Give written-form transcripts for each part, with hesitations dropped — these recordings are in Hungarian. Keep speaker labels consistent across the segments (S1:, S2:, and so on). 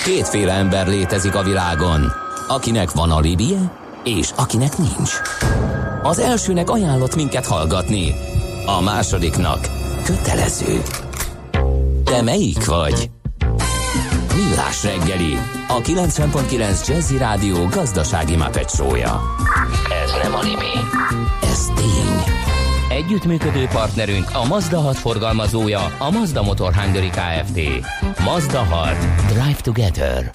S1: Kétféle ember létezik a világon, akinek van alibije, és akinek nincs. Az elsőnek ajánlott minket hallgatni, a másodiknak kötelező. Te melyik vagy? Millás reggeli, a 90.9 Jazzy Rádió gazdasági Muppet show-ja. Ez nem anime, ez tény. Együttműködő partnerünk a Mazda 6 forgalmazója, a Mazda Motor Hungary Kft. Mazda 6. Drive Together.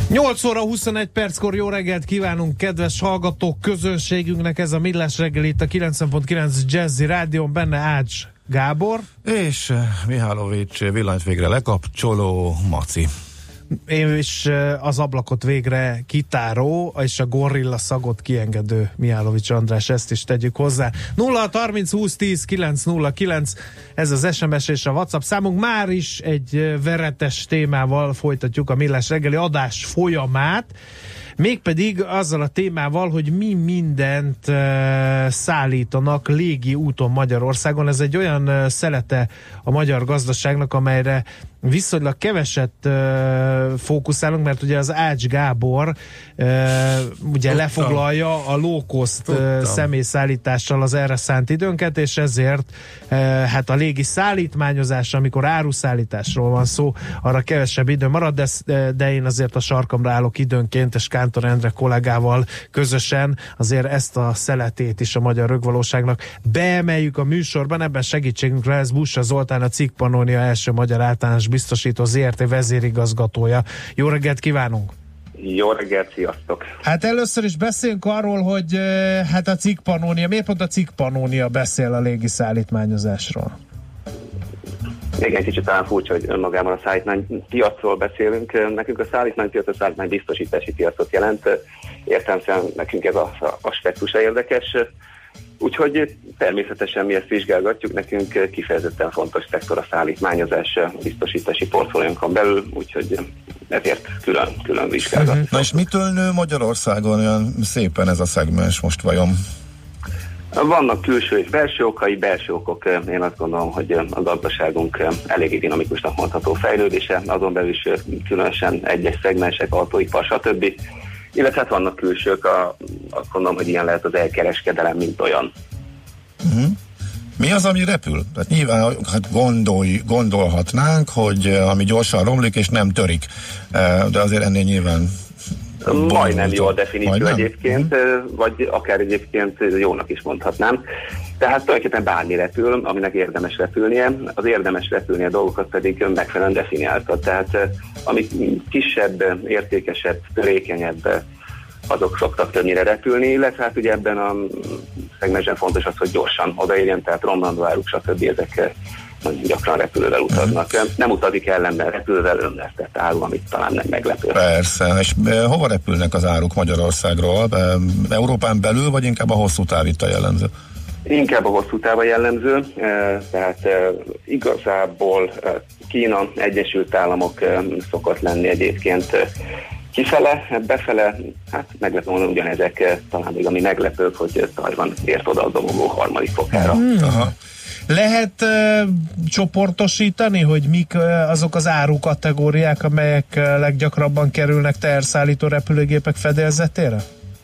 S2: 8 óra 21 perckor jó reggelt kívánunk kedves hallgatók közönségünknek, ez a Millás reggel itt a 90.9 Jazzy Rádión, benne Ács Gábor.
S3: És Mihálovics villanyt végre lekapcsoló Maci.
S2: És az ablakot végre kitáró, és a gorilla szagot kiengedő Mihálovics András, ezt is tegyük hozzá. 0630 20 10 909, ez az SMS és a WhatsApp számunk. Már is egy veretes témával folytatjuk a Millás reggeli adás folyamát, mégpedig azzal a témával, hogy mi mindent szállítanak légi úton Magyarországon. Ez egy olyan szelete a magyar gazdaságnak, amelyre viszonylag keveset fókuszálunk, mert ugye az Ács Gábor ugye lefoglalja a low-cost személyszállítással az erre szánt időnket, és ezért hát a légi szállítmányozás, amikor áruszállításról van szó, arra kevesebb idő marad, de én azért a sarkamra állok időnként, és Kántor Endre kollégával közösen azért ezt a szeletét is a magyar rögvalóságnak beemeljük a műsorban. Ebben segítségünkre lesz Bussa Zoltán, a Cikk Pannónia első magyar általános biztosító ZRT vezérigazgatója. Jó reggelt kívánunk!
S4: Jó reggelt, sziasztok!
S2: Hát először is beszéljünk arról, hogy hát a Cikk Pannónia, miért pont a Cikk Pannónia beszél a légiszállítmányozásról?
S4: Még egy kicsit talán furcsa, hogy önmagában a szállítmánypiacról beszélünk. Nekünk a szállítmánypiac a szállítmánybiztosítási piacot jelent. Értelemszerűen nekünk ez az aspektusa érdekes. Úgyhogy természetesen mi ezt vizsgálgatjuk, nekünk kifejezetten fontos szektor a szállítmányozás biztosítási portfóliónkon belül, úgyhogy ezért külön vizsgálgatjuk.
S3: Na és mitől nő Magyarországon olyan szépen ez a szegmens most vajon?
S4: Vannak külső és belső okai, belső okok, én azt gondolom, hogy a gazdaságunk eléggé dinamikusnak mondható fejlődése, azon belül is különösen egyes szegmensek, autóipar, stb. Illetve hát vannak külsők, azt gondolom, hogy ilyen lehet az elkereskedelem, mint olyan.
S3: Mi az, ami repül? Tehát nyilván hát gondolhatnánk, hogy ami gyorsan romlik és nem törik, de azért ennél nyilván
S4: majdnem jó a definíció egyébként, vagy akár egyébként jónak is mondhatnám. Tehát tulajdonképpen bármi repül, aminek érdemes repülnie, az érdemes repülnie dolgokat pedig megfelelően definiálta. Tehát amik kisebb, értékesebb, törékenyebb, azok szoktak többnyire repülni, illetve hát ugye ebben a szegmensben fontos az, hogy gyorsan odaérjen, tehát romlandó áruk, stb. Ezek gyakran repülővel utaznak. Nem utazik ellenben repülővel, önvesztett áru, amit talán nem meglepő.
S3: Persze, és hova repülnek az áruk Magyarországról? Európán belül, vagy inkább a hosszú táv itt a jellemző?
S4: Inkább a hosszú táv a jellemző, tehát igazából Kína, Egyesült Államok szokott lenni egyébként kifele, befele, hát meglepő mondom ugyanezek, talán még ami meglepőbb, hogy Tajvan ért oda a dobogó harmadik fokára.
S2: Aha. Lehet csoportosítani, hogy mik azok az árukategóriák, amelyek leggyakrabban kerülnek teherszállító repülőgépek fedélzetére?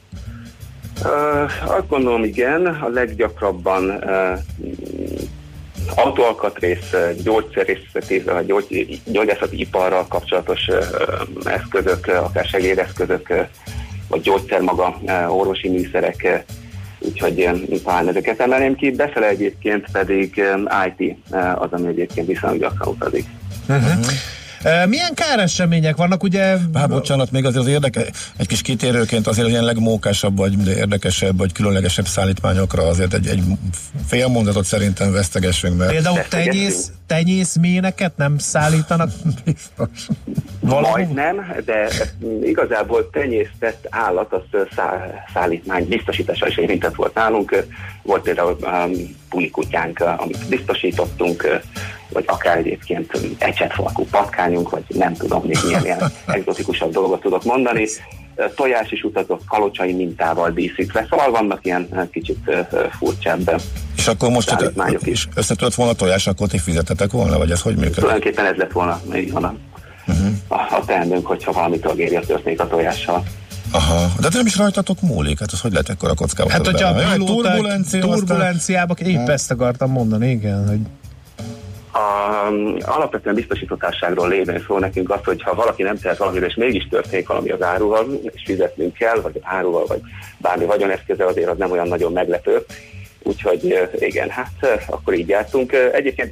S4: Azt gondolom, igen, a leggyakrabban autóalkatrész, gyógyszerészeti, gyógyászati iparral kapcsolatos eszközök, akár segédeszközök, vagy gyógyszermaga, orvosi műszerek, úgyhogy talán ezeket emelném ki. Befele egyébként pedig IT az, ami egyébként viszonylag gyakran utazik.
S2: Milyen káresemények vannak, ugye?
S3: Bocsánat, még azért egy kis kitérőként azért ilyen legmókásabb, vagy érdekesebb, vagy különlegesebb szállítmányokra azért egy fél mondatot szerintem vesztegessünk, mert...
S2: Például tenyészméneket nem szállítanak?
S3: Biztos.
S4: Majdnem, de igazából tenyésztett állat, az szállítmány biztosítása is érintett volt nálunk. Volt például pulikutyánk, amit biztosítottunk, vagy akár egyébként ecsetfalkú patkányunk, vagy nem tudom még milyen ilyen egzotikusabb dolgot tudok mondani. Tojás is utazott kalocsai mintával díszítve, szóval vannak ilyen kicsit furcsább.
S3: És akkor most is összetört volna tojás, akkor ti fizetetek volna, vagy ez hogy működik?
S4: Tulajdonképpen ez lett volna, így van a teendőnk, hogyha valami tragédia történik a tojással.
S3: Aha, de nem is rajtatok múlik, hát az hogy lehet ekkora kockába?
S2: Hát hogyha a turbulenciába épp ezt akartam mondani, igen, hogy
S4: alapvetően biztosítottságról lévén szól nekünk azt, hogy ha valaki nem tehet valamire, és mégis történik valami az áruval, és fizetnünk kell, vagy áruval, vagy bármi vagyoneszközzel, azért az nem olyan nagyon meglepő. Úgyhogy igen, hát akkor így jártunk. Egyébként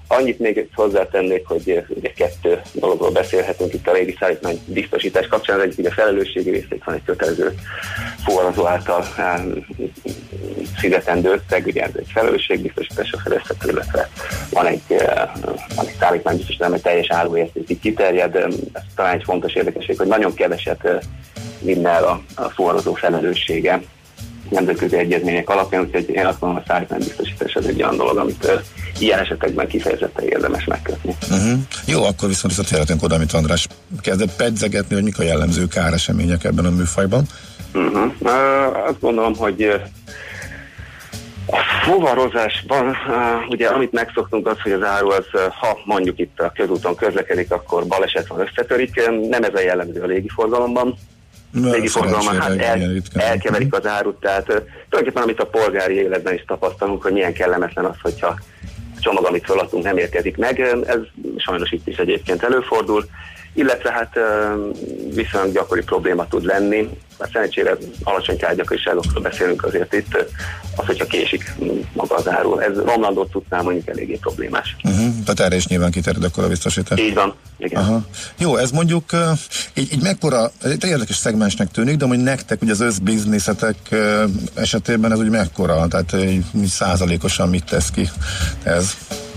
S4: Annyit még hozzátennék, hogy ugye 2 dologról beszélhetünk itt a légi szállítmány biztosítás kapcsán. Az egyik ugye felelősségi rész, itt van egy kötelező fuvarozó által fizetendő összeg, ugye ez egy felelősségbiztosításra fedezhető, illetve van egy szállítmánybiztosítás, amely teljes áruértékig kiterjed. Ez talán egy fontos érdekesség, hogy nagyon keveset vinne el a fuvarozó felelőssége nemzetközi egyezmények alapján, úgyhogy én azt mondom, a szállítmánybiztosítás az egy olyan dolog, amit ilyen esetekben kifejezetten érdemes megkötni.
S3: Jó, akkor viszont visszatérhetünk oda, amit András kezdett pedzegetni, hogy mik a jellemző káresemények ebben a műfajban.
S4: Azt gondolom, hogy a fuvarozásban ugye amit megszoktunk az, hogy az áru az, ha mondjuk itt a közúton közlekedik, akkor baleset van, összetörik. Nem ez a jellemző a légiforgalomban. Légiforgalomban elkeverik az árut, tehát tulajdonképpen amit a polgári életben is tapasztalunk, hogy milyen kellemetlen az, hogyha a csomag, amit feladtunk, nem érkezik meg. Ez sajnos itt is egyébként előfordul, illetve hát viszonylag gyakori probléma tud lenni. Szerencsére alacsony kárgyakoriságokról beszélünk azért itt, az, hogyha késik maga az áru. Ez romlandó cuccnál mondjuk eléggé problémás.
S3: Tehát erre is nyilván kiterjed akkor a biztosítás.
S4: Így van, igen.
S3: Aha. Jó, ez mondjuk így mekkora, egy érdekes szegmensnek tűnik, de hogy nektek ugye az összbizniszetek esetében ez úgy mekkora, tehát százalékosan mit tesz ki ez?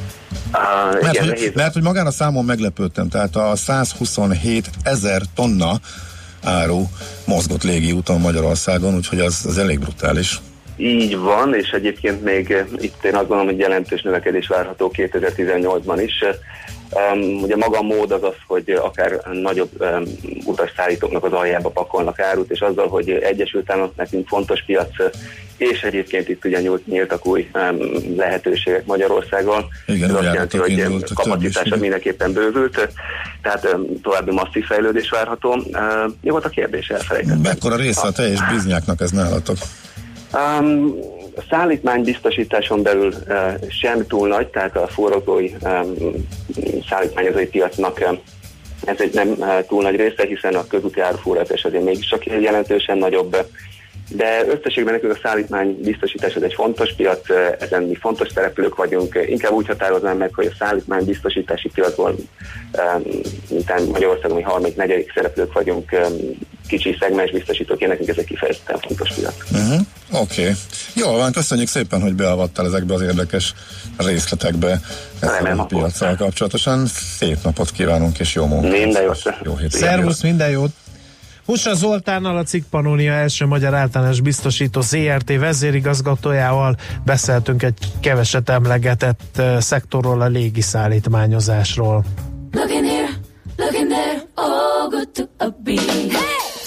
S3: Mert hogy magán a számon meglepődtem, tehát a 127 000 tonna áru mozgott légiúton Magyarországon, úgyhogy az elég brutális.
S4: Így van, és egyébként még itt én azt gondolom, hogy jelentős növekedés várható 2018-ban is. Ugye maga a mód az az, hogy akár nagyobb utasszállítóknak az aljába pakolnak árut, és azzal, hogy Egyesült Államok nekünk fontos piac, és egyébként itt ugye nyíltak új lehetőségek Magyarországon.
S3: Igen,
S4: ez azt jelenti, hogy kapacitása mindenképpen bővült, tehát további masszív fejlődés várható. Mi volt a kérdés? Elfelejtettem.
S3: Mekkora része a teljes bizniáknak ez nálatok?
S4: A szállítmánybiztosításon belül sem túl nagy, tehát a forrózói szállítmányozói piacnak ez egy nem túl nagy része, hiszen a közúti áruforrázás azért mégis csak jelentősen nagyobb. De összességben nekünk a szállítmánybiztosítás ez egy fontos piac, ezen mi fontos szereplők vagyunk. Inkább úgy határoznám meg, hogy a szállítmánybiztosítási piacból mintán Magyarországon mi 3.-4. szereplők vagyunk, kicsi szegmens biztosítók, nekünk ez egy kifejezetten fontos piac.
S3: Oké. Jól van, köszönjük szépen, hogy beavattál ezekbe az érdekes részletekbe ezzel a piacsal kapcsolatosan. Szép napot kívánunk, és jó munkát!
S4: Minden jót!
S3: Jó hétvégét!
S2: Szervusz, minden jót! Husa Zoltánnal, a Cikk Pannonia első magyar általános biztosító ZRT vezérigazgatójával beszéltünk egy keveset emlegetett szektorról, a légiszállítmányozásról.
S5: Looking here, looking there, all good to a beat. Hey!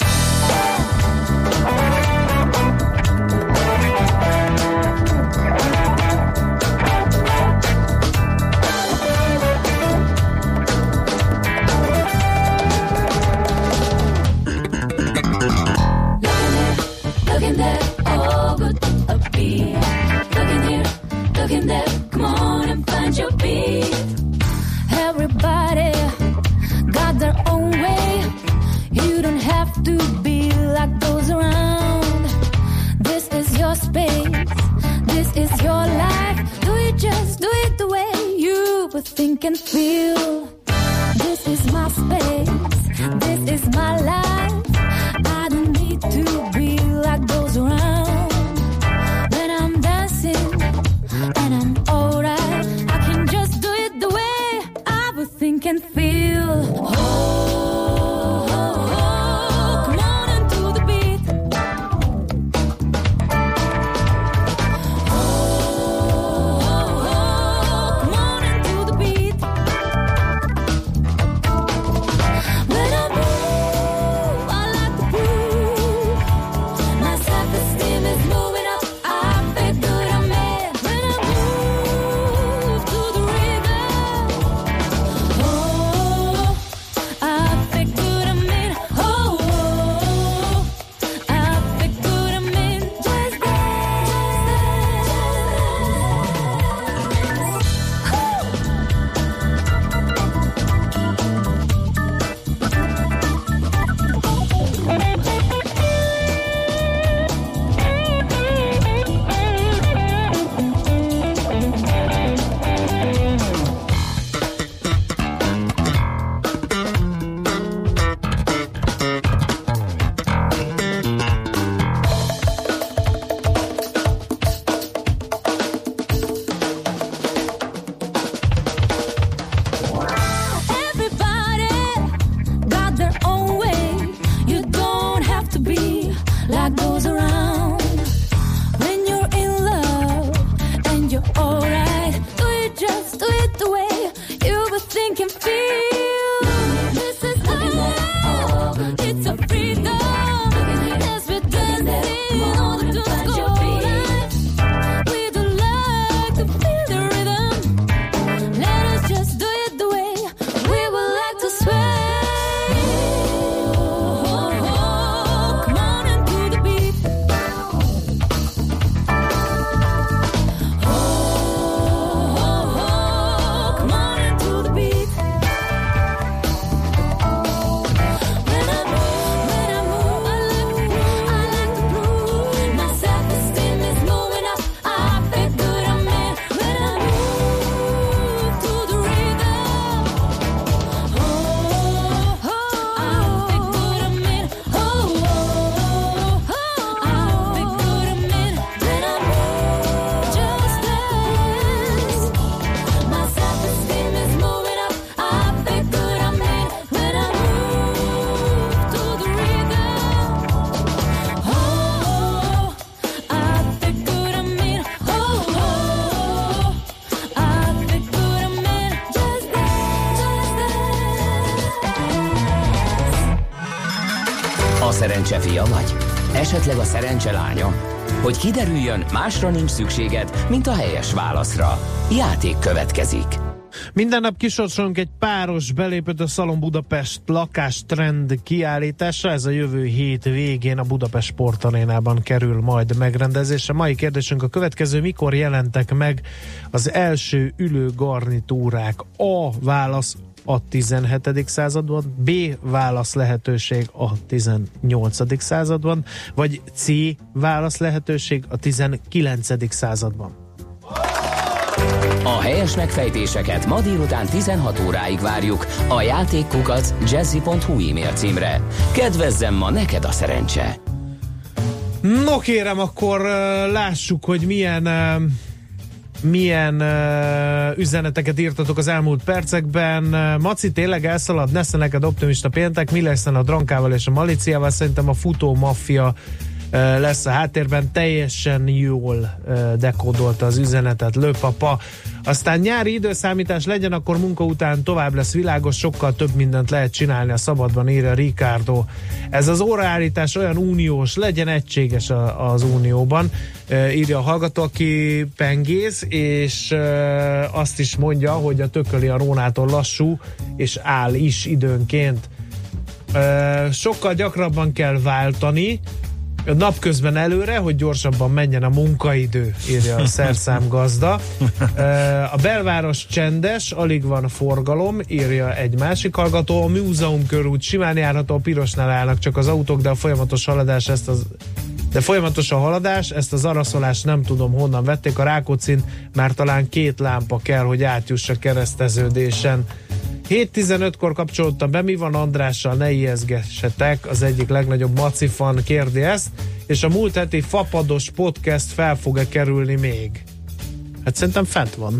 S5: Looking there, come on and find your beat. Everybody got their own way. You don't have to be like those around. This is your space, this is your life. Do it, just do it the way you would think and feel. This is my space, this is my life. I don't need to be like those around. When I'm dancing and I'm alright, I can just do it the way I would think and feel. Come on and do the beat. Come on and do the beat.
S1: szerencse fia vagy? Esetleg a szerencse lánya? Hogy kiderüljön, másra nincs szükséged, mint a helyes válaszra. Játék következik.
S2: Minden nap kisorsolunk egy páros belépőt a Salon Budapest lakástrend kiállításra. Ez a jövő hét végén a Budapest Sportarénában kerül majd megrendezésre. Mai kérdésünk a következő: mikor jelentek meg az első ülőgarnitúrák? A válasz a 17. században, B válasz lehetőség a 18. században, vagy C válasz lehetőség a 19. században.
S1: A helyes megfejtéseket ma délután 16 óráig várjuk a játékkukac@jazzy.hu e-mail címre. Kedvezzem ma neked a szerencse!
S2: No kérem, akkor lássuk, hogy milyen üzeneteket írtatok az elmúlt percekben. Maci, tényleg elszalad? Nesze neked optimista péntek? Mi lesz a Drankával és a Maliciával? Szerintem a futó maffia lesz a háttérben. Teljesen jól dekódolta az üzenetet Lőpapa. Aztán nyári időszámítás legyen, akkor munka után tovább lesz világos, sokkal több mindent lehet csinálni a szabadban, írja Ricardo. Ez az óraállítás olyan uniós, legyen egységes az unióban, írja a hallgató, aki pengész, és azt is mondja, hogy a Tököli a Rónától lassú, és áll is időnként. Sokkal gyakrabban kell váltani napközben előre, hogy gyorsabban menjen a munkaidő, írja a szerszámgazda. A belváros csendes, alig van forgalom, írja egy másik hallgató. A Múzeum körút simán járható, a pirosnál állnak csak az autók, de folyamatos a haladás, ezt az araszolást nem tudom honnan vették. A Rákóczin már talán 2 lámpa kell, hogy átjuss a kereszteződésen. 7:15-kor kapcsolódtam be, mi van Andrással, ne ijeszgessetek, az egyik legnagyobb macifan kérdi ezt, és a múlt heti fapados podcast fel fog-e kerülni még? Hát szerintem fent van.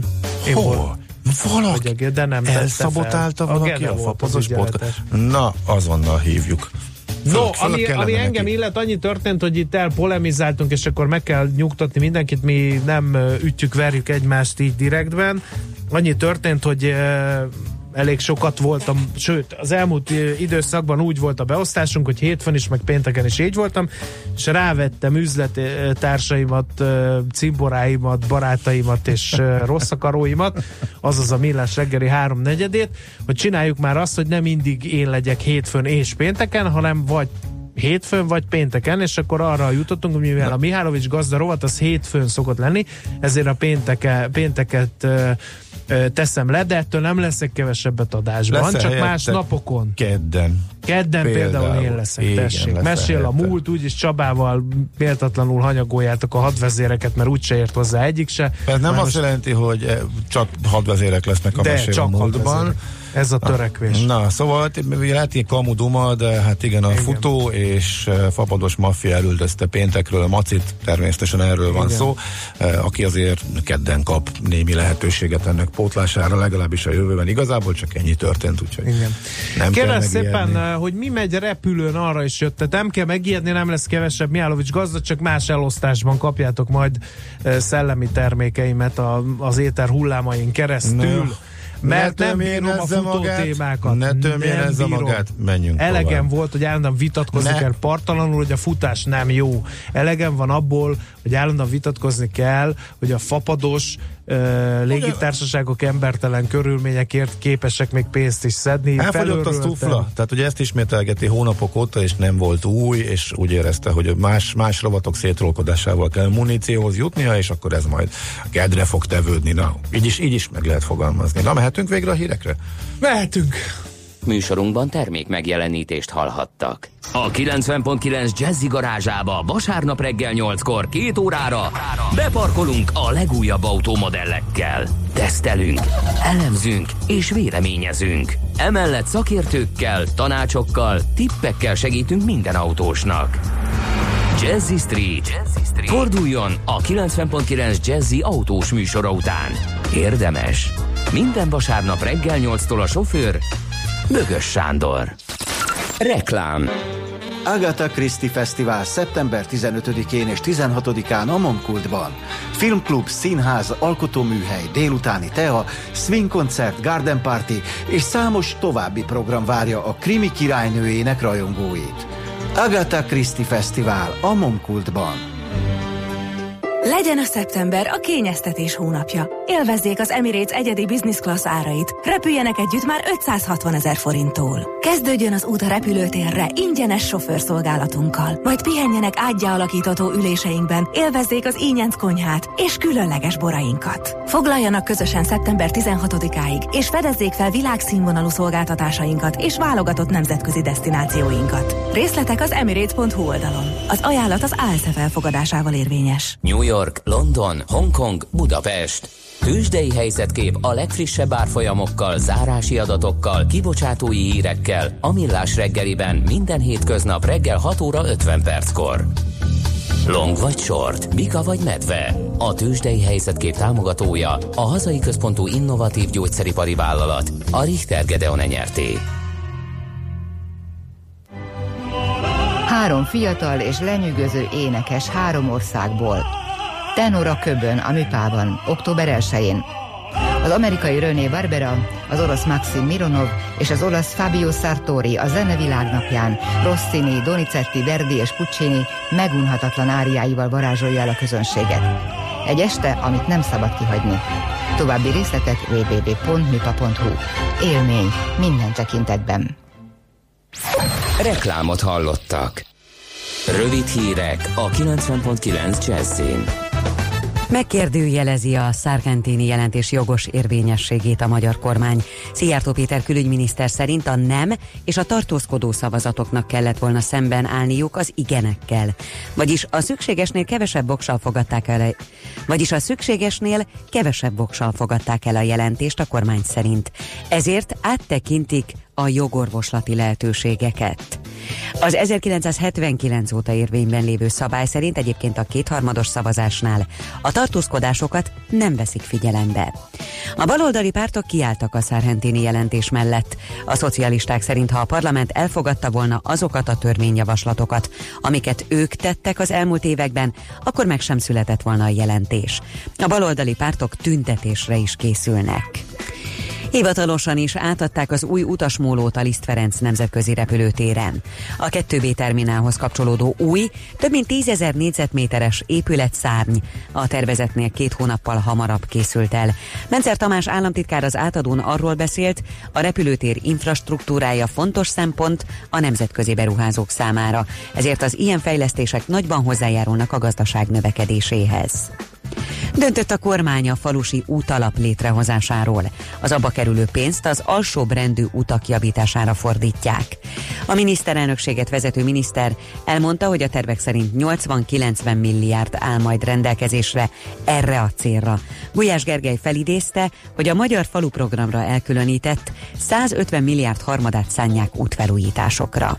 S3: Valaki
S2: de nem
S3: elszabotálta valaki a fapados podcast? Na, azonnal hívjuk.
S2: No, ami engem illet, annyi történt, hogy itt elpolemizáltunk, és akkor meg kell nyugtatni mindenkit, mi nem verjük egymást így direktben. Annyi történt, hogy elég sokat voltam, sőt, az elmúlt időszakban úgy volt a beosztásunk, hogy hétfőn is, meg pénteken is így voltam, és rávettem üzlettársaimat, cimboráimat, barátaimat és rosszakaróimat, azaz a Millás reggeli 3/4, hogy csináljuk már azt, hogy nem mindig én legyek hétfőn és pénteken, hanem vagy hétfőn vagy pénteken, és akkor arra jutottunk, hogy mivel a Mihálovics gazda rovat, az hétfőn szokott lenni, ezért a pénteket teszem le, de ettől nem leszek kevesebbet adásban, csak más napokon. Kedden például én leszek, igen, tessék. Mesél a múlt, úgyis Csabával méltatlanul hanyagoljátok a hadvezéreket, mert úgyse ért hozzá egyik se.
S3: Ez nem azt jelenti, hogy csak hadvezérek lesznek a mesél a múltban.
S2: Ez a törekvés.
S3: Na, szóval lehet ilyen kamuduma, de hát igen, a futó és fapados maffia elüldözte péntekről a Macit, természetesen erről van szó, aki azért kedden kap némi lehetőséget ennek pótlására, legalábbis a jövőben. Igazából csak ennyi történt, úgyhogy nem kell megijedni.
S2: Szépen, hogy mi megy repülőn, arra is jött. Tehát nem kell megijedni, nem lesz kevesebb Mihálovics gazda, csak más elosztásban kapjátok majd szellemi termékeimet az éter hullámain keresztül. No. Mert nem bírom a futó témákat.
S3: Ne tömjénezze magát, menjünk
S2: Elegem
S3: tovább.
S2: volt, hogy állandóan vitatkozni kell partalanul, hogy a futás nem jó. Elegem van abból, hogy állandóan vitatkozni kell, hogy a fapados légitársaságok embertelen körülményekért képesek még pénzt is szedni.
S3: Elfogyott a szufla, tehát ugye ezt ismételgeti hónapok óta, és nem volt új, és úgy érezte, hogy más rovatok szétrolkodásával kell munícióhoz jutnia, és akkor ez majd kedre fog tevődni. Na, így is meg lehet fogalmazni. Na, mehetünk végre a hírekre?
S2: Mehetünk!
S1: Műsorunkban termék megjelenítést hallhattak. A 90.9 Jazzy garázsába vasárnap reggel 8-kor 2 órára beparkolunk a legújabb automodellekkel. Tesztelünk, elemzünk és véleményezünk. Emellett szakértőkkel, tanácsokkal, tippekkel segítünk minden autósnak. Jazzy Street. Forduljon a 90.9 Jazzy autós műsora után. Érdemes. Minden vasárnap reggel 8-tól a sofőr Bögös Sándor. Reklám.
S6: Agatha Christie Fesztivál szeptember 15-én és 16-án a Momkultban. Filmklub, színház, alkotóműhely, délutáni tea, swing koncert, garden party és számos további program várja a krimi királynőjének rajongóit. Agatha Christie Fesztivál a Momkultban.
S7: Legyen a szeptember a kényeztetés hónapja. Élvezzék az Emirates egyedi business class árait. Repüljenek együtt már 560 000 forinttól. Kezdődjön az út a repülőtérre ingyenes sofőrszolgálatunkkal. Majd pihenjenek ágyalakítató üléseinkben, élvezzék az ínyenc konyhát és különleges borainkat. Foglaljanak közösen szeptember 16-áig, és fedezzék fel világszínvonalú szolgáltatásainkat és válogatott nemzetközi desztinációinkat. Részletek az emirates.hu oldalon. Az ajánlat az ALSE elfogadásával érvényes.
S1: New York, London, Hongkong, Budapest. Tőzsdei helyzetkép a legfrissebb árfolyamokkal, zárási adatokkal, kibocsátói hírekkel a Millás reggeliben minden hétköznap reggel 6 óra 50 perckor. Long vagy short, bika vagy medve. A tőzsdei helyzetkép támogatója a hazai központú innovatív gyógyszeripari vállalat, a Richter Gedeon nyerté.
S8: 3 fiatal és lenyűgöző énekes 3 országból. Tenor a Köbön, a Műpában, október 1-én. Az amerikai René Barbera, az orosz Maxim Mironov és az olasz Fabio Sartori a Zene Világnapján Rossini, Donizetti, Verdi és Puccini megunhatatlan áriáival varázsolja el a közönséget. Egy este, amit nem szabad kihagyni. További részletek www.mypa.hu. Élmény minden tekintetben.
S1: Reklámot hallottak. Rövid hírek a 90.9 Jazzin.
S9: Megkérdőjelezi a Sargentini jelentés jogos érvényességét a magyar kormány. Szijjártó Péter külügyminiszter szerint a nem és a tartózkodó szavazatoknak kellett volna szemben állniuk az igenekkel. Vagyis a szükségesnél kevesebb voksal fogadták el a jelentést a kormány szerint. Ezért áttekintik a jogorvoslati lehetőségeket. Az 1979 óta érvényben lévő szabály szerint egyébként a kétharmados szavazásnál a tartózkodásokat nem veszik figyelembe. A baloldali pártok kiálltak a Sargentini jelentés mellett. A szocialisták szerint, ha a parlament elfogadta volna azokat a törvényjavaslatokat, amiket ők tettek az elmúlt években, akkor meg sem született volna a jelentés. A baloldali pártok tüntetésre is készülnek. Hivatalosan is átadták az új utasmólót a Liszt Ferenc nemzetközi repülőtéren. A 2B terminálhoz kapcsolódó új, több mint 10 000 négyzetméteres épületszárny a tervezetnél 2 hónappal hamarabb készült el. Mencer Tamás államtitkár az átadón arról beszélt, a repülőtér infrastruktúrája fontos szempont a nemzetközi beruházók számára, ezért az ilyen fejlesztések nagyban hozzájárulnak a gazdaság növekedéséhez. Döntött a kormány a falusi útalap létrehozásáról. Az abba kerülő pénzt az alsóbrendű utak javítására fordítják. A miniszterelnökséget vezető miniszter elmondta, hogy a tervek szerint 80-90 milliárd áll majd rendelkezésre erre a célra. Gulyás Gergely felidézte, hogy a Magyar Falu programra elkülönített 150 milliárd harmadát szánják útfelújításokra.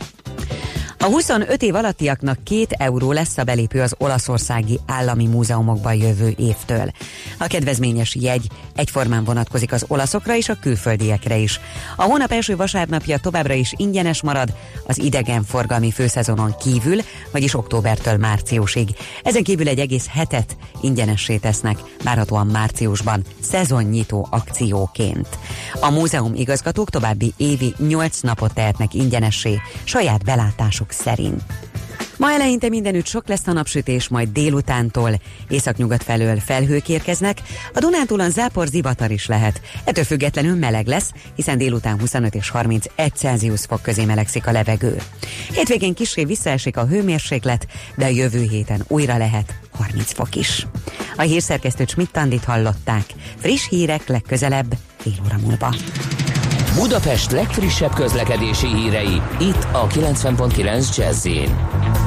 S9: A 25 év alattiaknak 2 euró lesz a belépő az olaszországi állami múzeumokban jövő évtől. A kedvezményes jegy egyformán vonatkozik az olaszokra és a külföldiekre is. A hónap első vasárnapja továbbra is ingyenes marad az idegenforgalmi főszezonon kívül, vagyis októbertől márciusig. Ezen kívül egy egész hetet ingyenessé tesznek, várhatóan márciusban, szezonnyitó akcióként. A múzeum igazgatók további évi 8 napot tehetnek ingyenessé saját belátásuk szerint. Ma eleinte mindenütt sok lesz a napsütés, majd délutántól északnyugat felől felhők érkeznek, a Dunántúlon zápor, zivatar is lehet. Ettől függetlenül meleg lesz, hiszen délután 25 és 31 Celsius fok közé melegszik a levegő. Hétvégén kissé visszaesik a hőmérséklet, de a jövő héten újra lehet 30 fok is. A hírszerkesztő Schmidt-Tandit hallották. Friss hírek legközelebb fél óra múlva.
S1: Budapest legfrissebb közlekedési hírei, itt a 90.9 Jazz-in.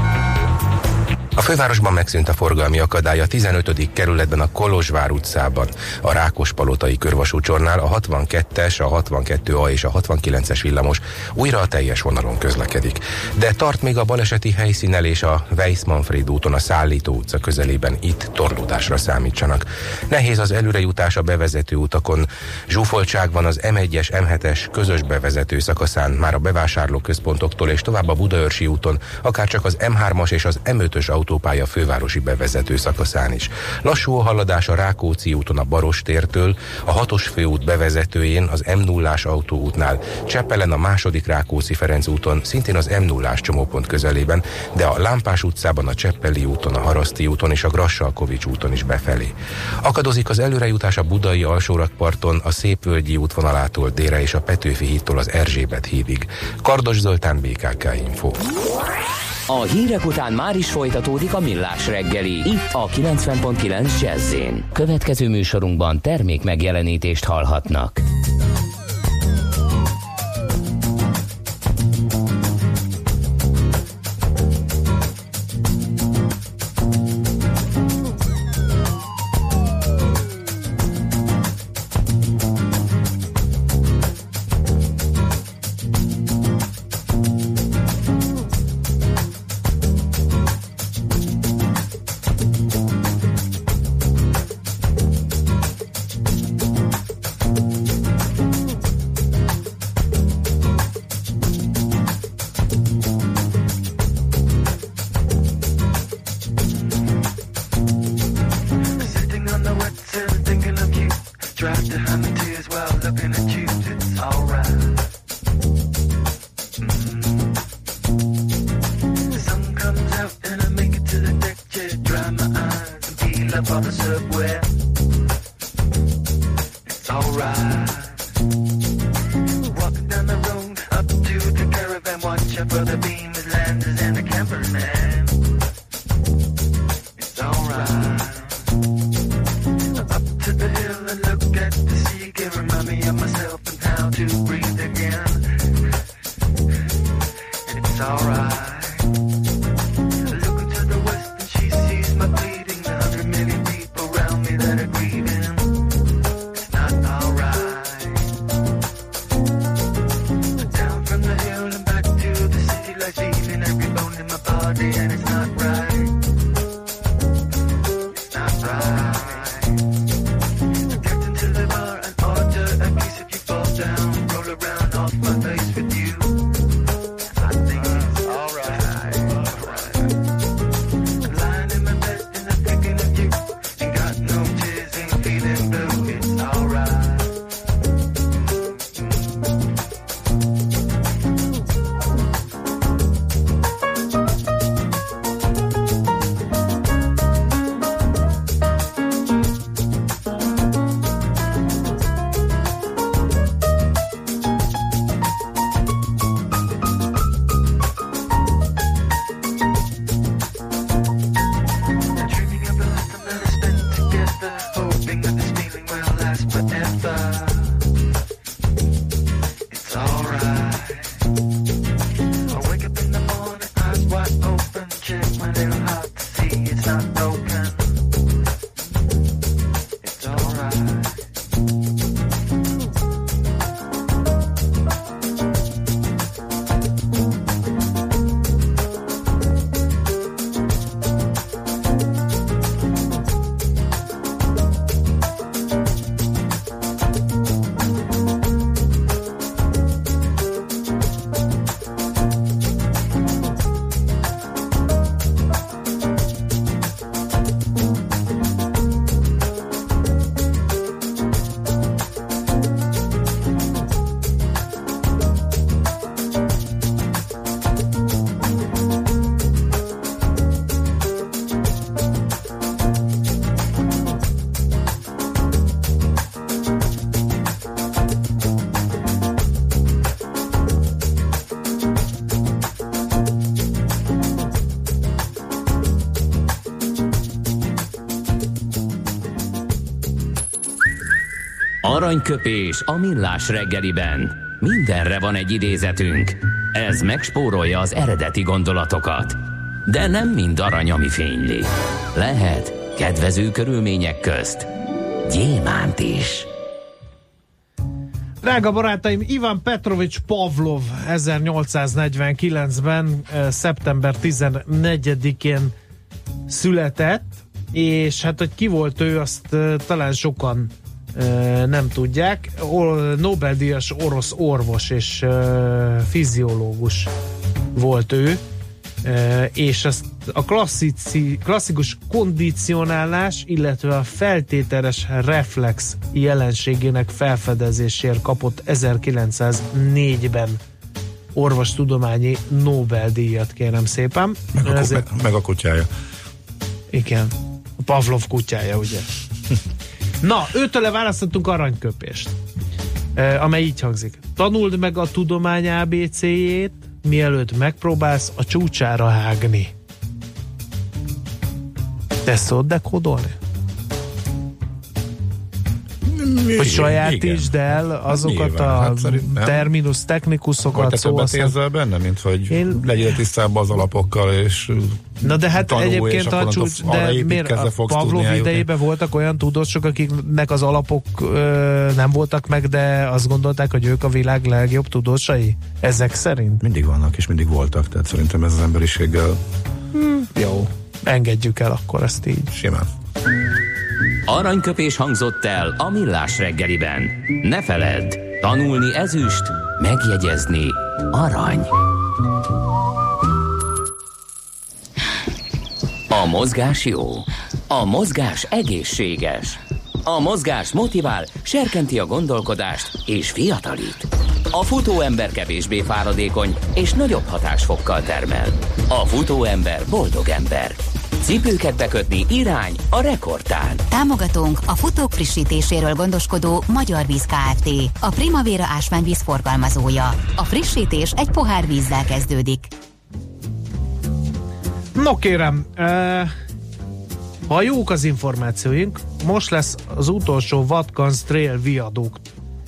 S10: A fővárosban megszűnt a forgalmi akadály a 15. kerületben a Kolozsvár utcában, a Rákospalotai körvasútsornál a 62-es, a 62A és a 69-es villamos újra a teljes vonalon közlekedik. De tart még a baleseti helyszínnel és a Weiss-Manfréd úton a Szállító utca közelében, itt torlódásra számítsanak. Nehéz az előrejutás a bevezető utakon, zsúfoltság van az M1-es, M7-es közös bevezető szakaszán, már a bevásárlóközpontoktól és tovább a Budaörsi úton, akár csak az M3-as és az M5-ös autópálya fővárosi bevezető szakaszán is. Lassú a haladás a Rákóczi úton a Barostértől, a 6-os főút bevezetőjén, az M0-ás autóútnál, Csepelen a második Rákóczi-Ferenc úton, szintén az M0-ás csomópont közelében, de a Lámpás utcában, a Cseppeli úton, a Haraszti úton és a Grassalkovics úton is befelé. Akadozik az előrejutás a Budai alsórakparton, a Szépvölgyi útvonalától délre és a Petőfi hídtól az Erzsébet hídig. Kardos Zoltán, BKK Info.
S1: A hírek után már is folytatódik a Millás reggeli, itt a 90.9 Jazz-én. Következő műsorunkban termék megjelenítést hallhatnak. Aranyköpés a Millás reggeliben. Mindenre van egy idézetünk. Ez megspórolja az eredeti gondolatokat. De nem mind arany, ami fényli. Lehet kedvező körülmények közt gyémánt is.
S2: Drága barátaim, Ivan Petrovics Pavlov 1849-ben, szeptember 14-én született, és hát, hogy ki volt ő, azt talán sokan nem tudják. Nobel-díjas orosz orvos és fiziológus volt ő. és ezt a klasszikus kondicionálás, illetve a feltételes reflex jelenségének felfedezésért kapott 1904-ben orvostudományi Nobel-díjat, kérem szépen.
S3: Meg a kutyája.
S2: Igen, a Pavlov kutyája, ugye? Na, őtőle választottunk aranyköpést, amely így hangzik. Tanuld meg a tudomány ABC-jét, mielőtt megpróbálsz a csúcsára hágni. Te szód dekódolni? Hogy sajátítsd el azokat a terminus technikusokat.
S3: Hogy te többet érzel benne, mint hogy legyél tisztában az alapokkal, és
S2: na de hát tanulj, egyébként a csúcs, de miért a Pavlov idejében voltak olyan tudósok, akiknek az alapok nem voltak meg, de azt gondolták, hogy ők a világ legjobb tudósai? Ezek szerint?
S3: Mindig vannak, és mindig voltak, tehát szerintem ez az emberiséggel
S2: jó, engedjük el akkor ezt így.
S3: Simán.
S1: Aranyköpés hangzott el a Millás reggeliben. Ne feledd, tanulni ezüst, megjegyezni arany. A mozgás jó, a mozgás egészséges, a mozgás motivál, serkenti a gondolkodást és fiatalít. A futóember kevésbé fáradékony és nagyobb hatásfokkal termel. A futóember boldog ember. Cipőket bekötni irány a rekordtán.
S11: Támogatónk a futók frissítéséről gondoskodó Magyar Víz Kft. A Primavera ásványvíz forgalmazója. A frissítés egy pohár vízzel kezdődik.
S2: No kérem, ha jók az információink, most lesz az utolsó Watkins Trail viadukt.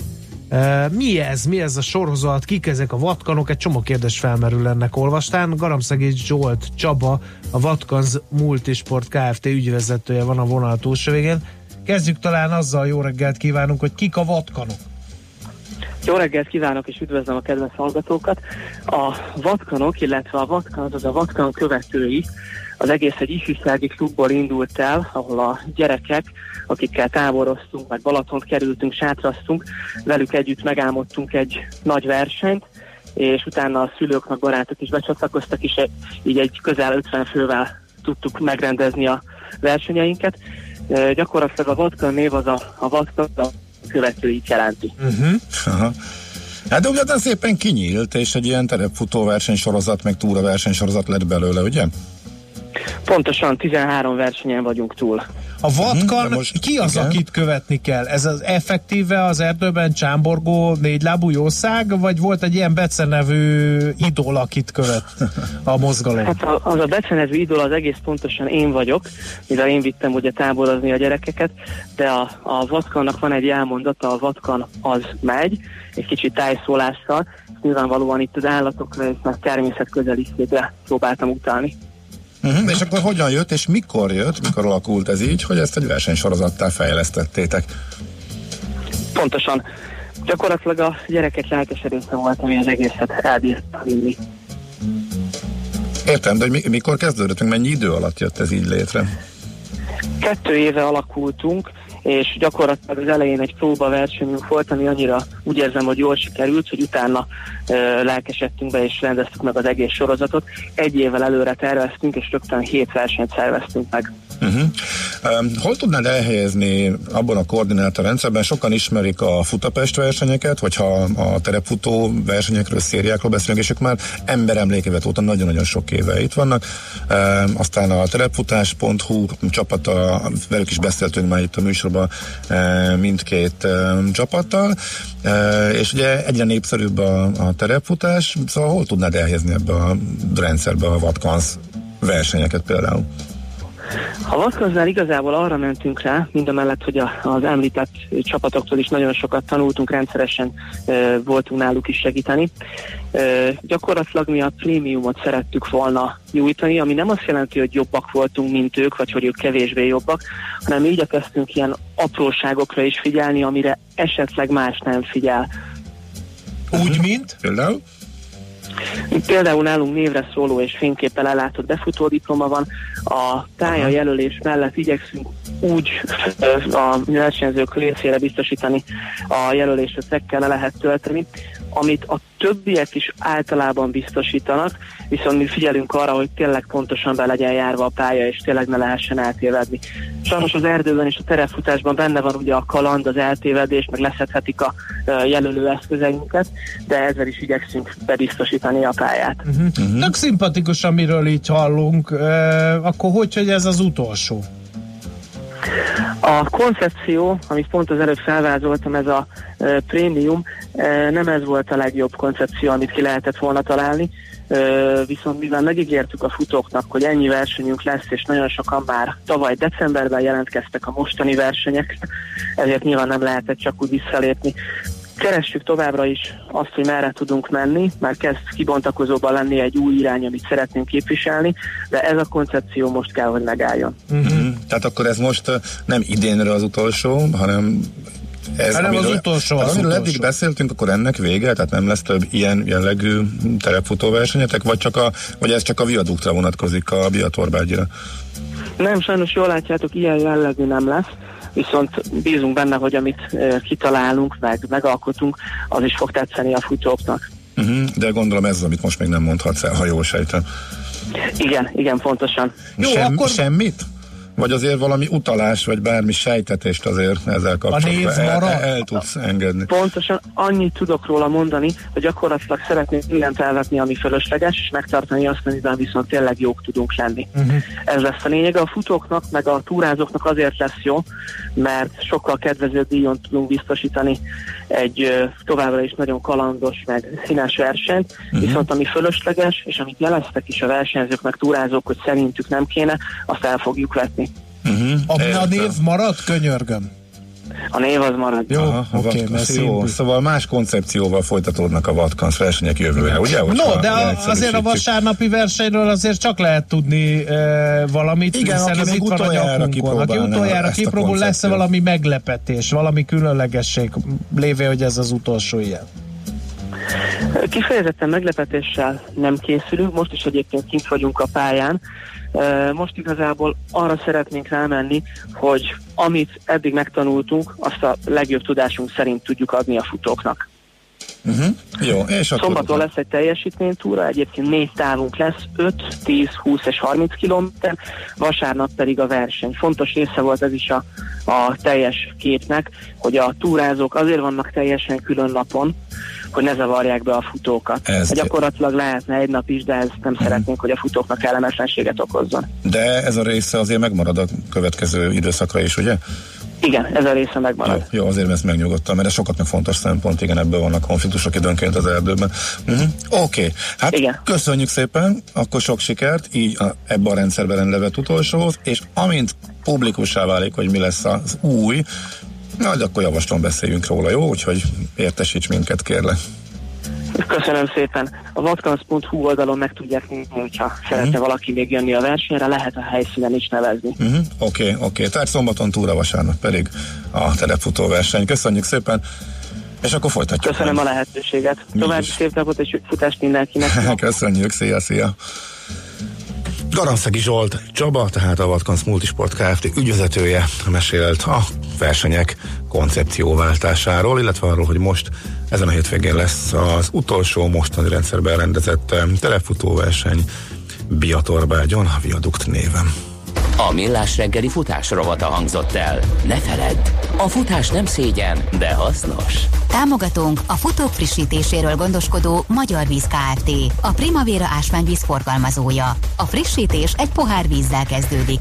S2: Mi ez a sorozat, kik ezek a vatkanok? Egy csomó kérdés felmerül ennek olvastán. Garamszegély Zsolt Csaba, a Watkins Multisport Kft. Ügyvezetője van a vonal túlsó végén. Kezdjük talán azzal, jó reggelt kívánunk, hogy kik a vatkanok?
S12: Jó reggelt kívánok, és üdvözlöm a kedves hallgatókat. A vatkanok, illetve a vatkan, az a vatkan követői, az egész egy ifjúsági klubból indult el, ahol a gyerekek, akikkel táboroztunk, meg Balatont kerültünk, sátraztunk, velük együtt megálmodtunk egy nagy versenyt, és utána a szülők, meg barátok is becsatlakoztak, és így egy közel 50 fővel tudtuk megrendezni a versenyeinket. Gyakorlatilag a Vatkan név az a Vatkan a követőit jelenti.
S3: Hát de ugye szépen kinyílt, és egy ilyen terepfutó versenysorozat, meg túra versenysorozat lett belőle, ugye?
S12: Pontosan, 13 versenyen vagyunk túl.
S2: A Vatkan, ki az, igen, akit követni kell? Ez az effektíve az erdőben csámborgó négylábú jószág, vagy volt egy ilyen Bece nevű idol, akit követ a mozgalom?
S12: Hát az a Bece nevű idol az egész pontosan én vagyok, mivel én vittem ugye táborozni a gyerekeket, de a Vatkannak van egy elmondata, a Vatkan az megy, egy kicsit tájszólással, nyilvánvalóan itt az állatokra és a természet közeliségre próbáltam utalni.
S3: És akkor hogyan jött, és mikor alakult ez így, hogy ezt egy versenysorozattá fejlesztettétek?
S12: Pontosan. Gyakorlatilag a gyerekek lelkesedése volt, ami az egészet elbírta vinni.
S3: Értem, de hogy mikor kezdődött, mennyi idő alatt jött ez így létre?
S12: 2 éve alakultunk, és gyakorlatilag az elején egy próbaversenyünk volt, ami annyira úgy érzem, hogy jól sikerült, hogy utána lelkesedtünk be és rendeztük meg az egész sorozatot. 1 évvel előre terveztünk, és rögtön 7 versenyt szerveztünk meg.
S3: Hol tudnád elhelyezni abban a koordinátorrendszerben? Sokan ismerik a Futapest versenyeket, vagy ha a terepfutó versenyekről, szériákról beszélünk, és ők már emberemlékevet óta nagyon-nagyon sok éve itt vannak. Aztán a terepfutás.hu csapata, velük is beszéltünk már itt a műsorban mindkét csapattal, és ugye egyre népszerűbb a terepfutás, szóval hol tudnád elhelyezni ebbe a rendszerbe a Watkins versenyeket például?
S12: A Vatkansnál igazából arra mentünk rá, mindamellett, hogy az említett csapatoktól is nagyon sokat tanultunk, rendszeresen voltunk náluk is segíteni. Gyakorlatilag mi a prémiumot szerettük volna nyújtani, ami nem azt jelenti, hogy jobbak voltunk, mint ők, vagy hogy ők kevésbé jobbak, hanem mi igyekeztünk ilyen apróságokra is figyelni, amire esetleg más nem figyel.
S2: Úgy, mint?
S3: Például?
S12: Például nálunk névre szóló és fényképpel ellátott befutódiploma van. A pályajelölés mellett igyekszünk úgy a versenyzők részére biztosítani a jelölést, hogy cekkel le lehet tölteni, amit a többiek is általában biztosítanak, viszont mi figyelünk arra, hogy tényleg pontosan be legyen járva a pálya, és tényleg ne lehessen eltévedni. Sajnos az erdőben és a terepfutásban benne van ugye a kaland, az eltévedés, meg leszedhetik a jelölő eszközeinket, de ezzel is igyekszünk bebiztosítani a pályát.
S2: Tök szimpatikus, amiről így hallunk. Akkor hogy ez az utolsó?
S12: A koncepció, amit pont az előbb felvázoltam, ez a prémium, nem ez volt a legjobb koncepció, amit ki lehetett volna találni, viszont mivel megígértük a futóknak, hogy ennyi versenyünk lesz, és nagyon sokan már tavaly decemberben jelentkeztek a mostani versenyekre, ezért nyilván nem lehetett csak úgy visszalépni. Keressük továbbra is azt, hogy merre tudunk menni, már kezd kibontakozóban lenni egy új irány, amit szeretnénk képviselni, de ez a koncepció most kell, hogy megálljon.
S3: Tehát akkor ez most nem idénre az utolsó, hanem ez,
S2: az utolsó.
S3: Amiről eddig beszéltünk, akkor ennek vége, tehát nem lesz több ilyen jellegű terepfutóversenyetek, vagy ez csak a viaduktra vonatkozik, a Biatorbágyira?
S12: Nem, sajnos jól látjátok, ilyen jellegű nem lesz, viszont bízunk benne, hogy amit kitalálunk, megalkotunk, az is fog tetszeni a futóknak.
S3: De gondolom ez az, amit most még nem mondhatsz el, ha jól sejtem.
S12: Igen, pontosan.
S2: Jó, akkor...
S3: Semmit? Vagy azért valami utalás, vagy bármi sejtetést azért ezzel kapcsolatban el tudsz engedni?
S12: Pontosan annyit tudok róla mondani, hogy gyakorlatilag szeretnénk mindent elvetni, ami fölösleges, és megtartani azt, amiben viszont tényleg jók tudunk lenni. Ez lesz a lényeg. A futóknak, meg a túrázóknak azért lesz jó, mert sokkal kedvezőbb díjon tudunk biztosítani egy továbbra is nagyon kalandos, meg színes versenyt, viszont ami fölösleges, és amit jeleztek is a versenyzők, meg túrázók, hogy szerintük nem kéne, azt el fogjuk vetni.
S2: A név marad, könyörgöm?
S12: A név az marad.
S2: Jó, oké,
S3: jó. Szóval más koncepcióval folytatódnak a Vatkans versenyek jövőre, ugye?
S2: De azért a vasárnapi versenyről azért csak lehet tudni valamit,
S3: igen,
S2: hiszen ez itt van a nyakunkon. Aki utoljára kipróbál, lesz valami meglepetés, valami különlegesség, lévén, hogy ez az utolsó ilyen?
S12: Kifejezetten meglepetéssel nem készülünk, most is egyébként kint vagyunk a pályán. Most igazából arra szeretnénk rámenni, hogy amit eddig megtanultunk, azt a legjobb tudásunk szerint tudjuk adni a futóknak.
S3: Jó, és
S12: szombaton lesz egy teljesítménytúra, egyébként 4 távunk lesz, 5, 10, 20 és 30 kilométer, vasárnap pedig a verseny. Fontos része volt ez is a teljes képnek, hogy a túrázók azért vannak teljesen külön napon, hogy ne zavarják be a futókat. Gyakorlatilag lehetne egy nap is, de ezt nem szeretnénk, hogy a futóknak kellemetlenséget okozzon.
S3: De ez a része azért megmarad a következő időszakra is, ugye?
S12: Igen, ez a része megmarad.
S3: Jó, azért ezt megnyugodtam, mert ez sokatnak fontos szempont, igen, ebből vannak konfliktusok időnként az erdőben. Oké. Hát igen. Köszönjük szépen, akkor sok sikert, így ebben a rendszerben rendlevett utolsóhoz, és amint publikussá válik, hogy mi lesz az új, akkor javaslom, beszéljünk róla, jó? Úgyhogy értesíts minket, kérlek.
S12: Köszönöm szépen. A vatkans.hu oldalon meg tudják nézni, hogyha szeretne valaki még jönni a versenyre, lehet a helyszínen is nevezni.
S3: Oké. Tehát szombaton túra, vasárnap pedig a terepfutó verseny. Köszönjük szépen, és akkor folytatjuk.
S12: Köszönöm a lehetőséget. További szép napot és futást mindenkinek.
S3: Köszönjük, szia! Garanszegi Zsolt Csaba, tehát a Vatkans Multisport Kft. Ügyvezetője mesélt a versenyek koncepcióváltásáról, illetve arról, hogy most ezen a hétvégén lesz az utolsó mostani rendszerben rendezett terepfutóverseny Biatorbágyon, a Viadukt néven.
S1: A Millás reggeli futás rovata hangzott el. Ne feledd, a futás nem szégyen, de hasznos.
S11: Támogatónk a futók frissítéséről gondoskodó Magyar Víz Kft. A Primavera ásványvíz forgalmazója. A frissítés egy pohár vízzel kezdődik.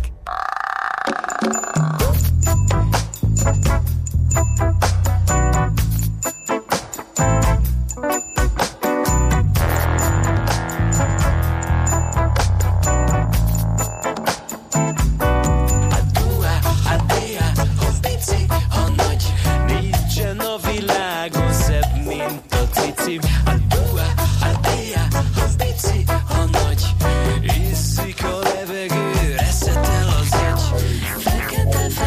S5: Fekete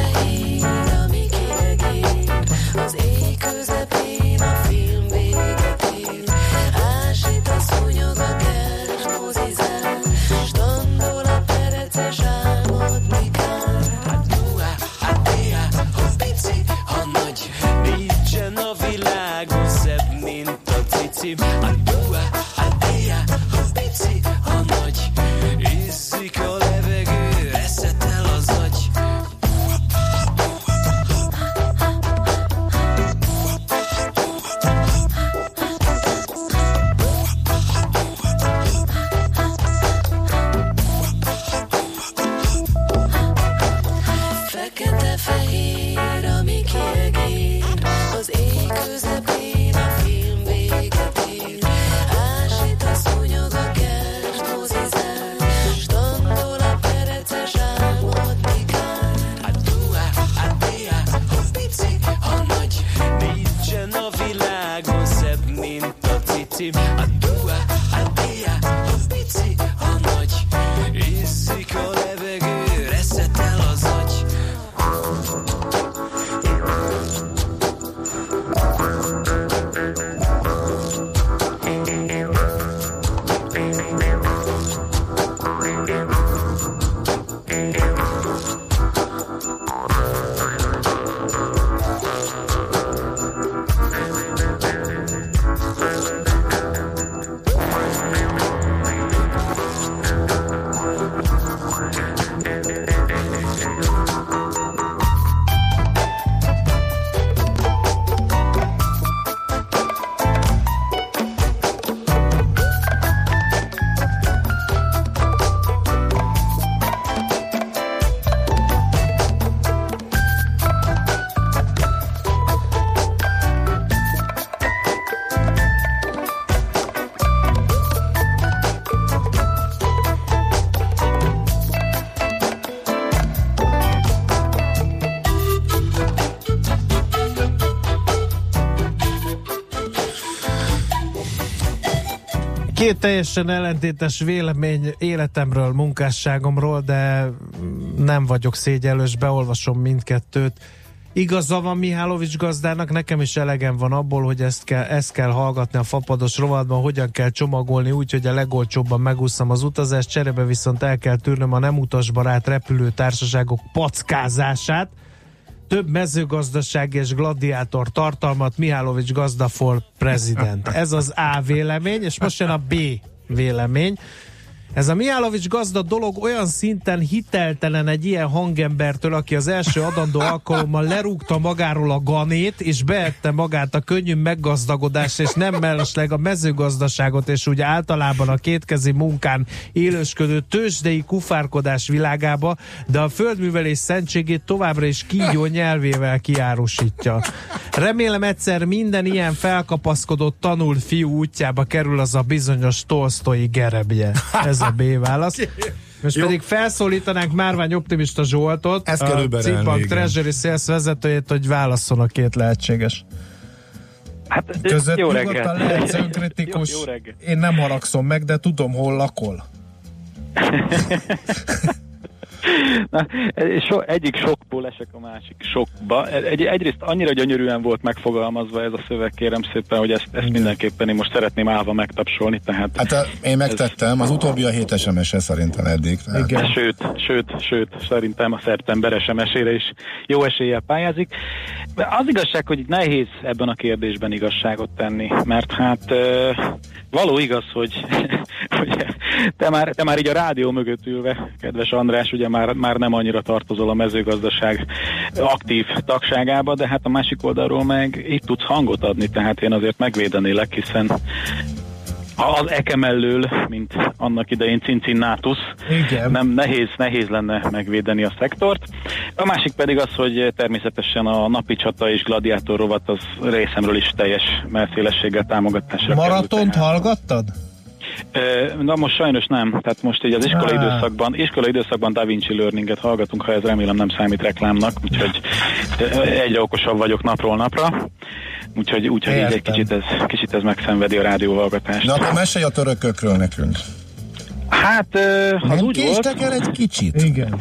S2: Két teljesen ellentétes vélemény életemről, munkásságomról, de nem vagyok szégyellős, beolvasom mindkettőt. Igaza van Mihálovics gazdának, nekem is elegem van abból, hogy ezt kell hallgatni a fapados rovatban, hogyan kell csomagolni úgy, hogy a legolcsóbban megússzam az utazást, cserébe viszont el kell tűrnöm a nem utasbarát repülőtársaságok packázását. Több mezőgazdaság és gladiátor tartalmat, Mihálovics gazda for president. Ez az A vélemény, és most jön a B vélemény. Ez a Mihálovics gazda dolog olyan szinten hiteltelen egy ilyen hangembertől, aki az első adandó alkalommal lerúgta magáról a ganét, és beette magát a könnyű meggazdagodás, és nem mellesleg a mezőgazdaságot, és úgy általában a kétkezi munkán élősködő tőzsdei kufárkodás világába, de a földművelés szentségét továbbra is kígyó nyelvével kiárusítja. Remélem egyszer minden ilyen felkapaszkodott tanult fiú útjába kerül az a bizonyos Tolsztoi gerebje. Ez a B válasz. Most pedig felszólítanánk Márvány Optimista Zsoltot, a Cipbank Treasury Sales vezetőjét, hogy válasszon a két lehetséges.
S13: Hát,
S2: között
S13: jó
S2: nyugodtan lehetsz önkritikus.
S13: Jó reggel.
S2: Én nem haragszom meg, de tudom, hol lakol.
S13: Na, egyik sokból esek a másik sokba. Egyrészt annyira gyönyörűen volt megfogalmazva ez a szöveg, kérem szépen, hogy ezt mindenképpen én most szeretném állva megtapsolni. Tehát
S3: hát én megtettem, az utóbbi a 7 SMS-e szerintem eddig.
S13: Igen. Sőt, szerintem a szeptember SMS-ére is jó eséllyel pályázik. Az igazság, hogy nehéz ebben a kérdésben igazságot tenni, mert hát való igaz, hogy te már így a rádió mögött ülve, kedves András, ugye már nem annyira tartozol a mezőgazdaság aktív tagságába, de hát a másik oldalról meg itt tudsz hangot adni, tehát én azért megvédenélek, hiszen az eke mellől, mint annak idején Cincinnatus, nem nehéz lenne megvédeni a szektort. A másik pedig az, hogy természetesen a napi csata és gladiátor rovat az részemről is teljes melszélességgel támogatásra
S2: Maratont hallgattad?
S13: Na most sajnos nem, tehát most így az iskolai időszakban Da Vinci Learninget hallgatunk, ha ez remélem nem számít reklámnak, úgyhogy egyre okosabb vagyok napról napra, úgyhogy így egy kicsit ez megszenvedi a rádióhallgatást.
S3: Na, akkor mesélj a törökökről nekünk.
S13: Hát, az úgy
S3: késtek el egy kicsit?
S2: Igen.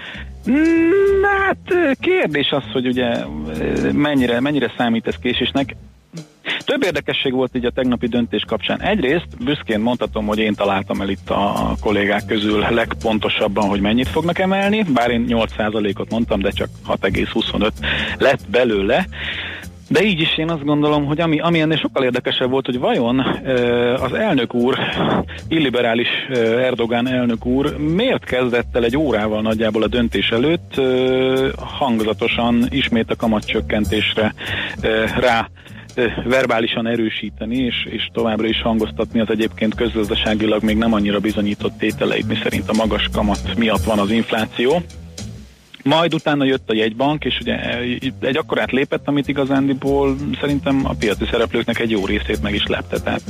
S13: Hát kérdés az, hogy ugye mennyire számít ez késésnek. Több érdekesség volt így a tegnapi döntés kapcsán. Egyrészt büszkén mondhatom, hogy én találtam el itt a kollégák közül legpontosabban, hogy mennyit fognak emelni, bár én 8%-ot mondtam, de csak 6,25 lett belőle. De így is én azt gondolom, hogy ami ennél sokkal érdekesebb volt, hogy vajon az elnök úr, illiberális Erdogan elnök úr miért kezdett el egy órával nagyjából a döntés előtt hangzatosan ismét a kamatcsökkentésre rá verbálisan erősíteni, és továbbra is hangoztatni az egyébként közgazdaságilag még nem annyira bizonyított tételeit, miszerint a magas kamat miatt van az infláció. Majd utána jött a jegybank, és ugye egy akkorát lépett, amit igazándiból szerintem a piaci szereplőknek egy jó részét meg is lepte. Tehát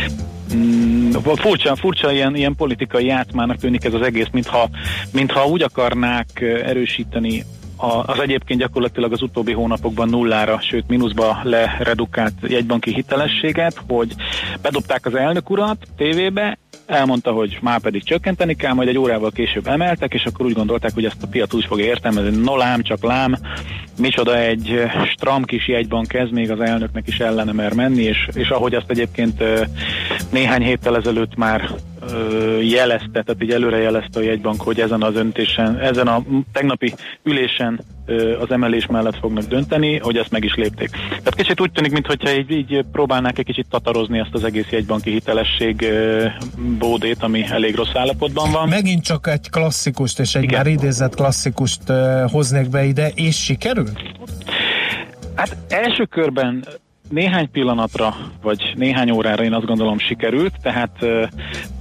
S13: furcsa ilyen politikai játszmának tűnik ez az egész, mintha úgy akarnák erősíteni az egyébként gyakorlatilag az utóbbi hónapokban nullára, sőt mínuszba leredukált jegybanki hitelességet, hogy bedobták az elnök urat tévébe, elmondta, hogy már pedig csökkenteni kell, majd egy órával később emeltek, és akkor úgy gondolták, hogy ezt a piac úgy fogja értelmezni, no lám, csak lám, micsoda egy stram kis jegybank ez, még az elnöknek is ellene mer menni, és ahogy azt egyébként néhány héttel ezelőtt már jelezte, tehát így előre jelezte a jegybank, hogy ezen az öntésen, ezen a tegnapi ülésen az emelés mellett fognak dönteni, hogy ezt meg is lépték. Tehát kicsit úgy tűnik, mintha így próbálnák egy kicsit tatarozni ezt az egész jegybanki hitelesség bódét, ami elég rossz állapotban van.
S2: Megint csak egy klasszikust és egy már idézett klasszikust hoznék be ide, és sikerült?
S13: Hát első körben néhány pillanatra, vagy néhány órára én azt gondolom sikerült, tehát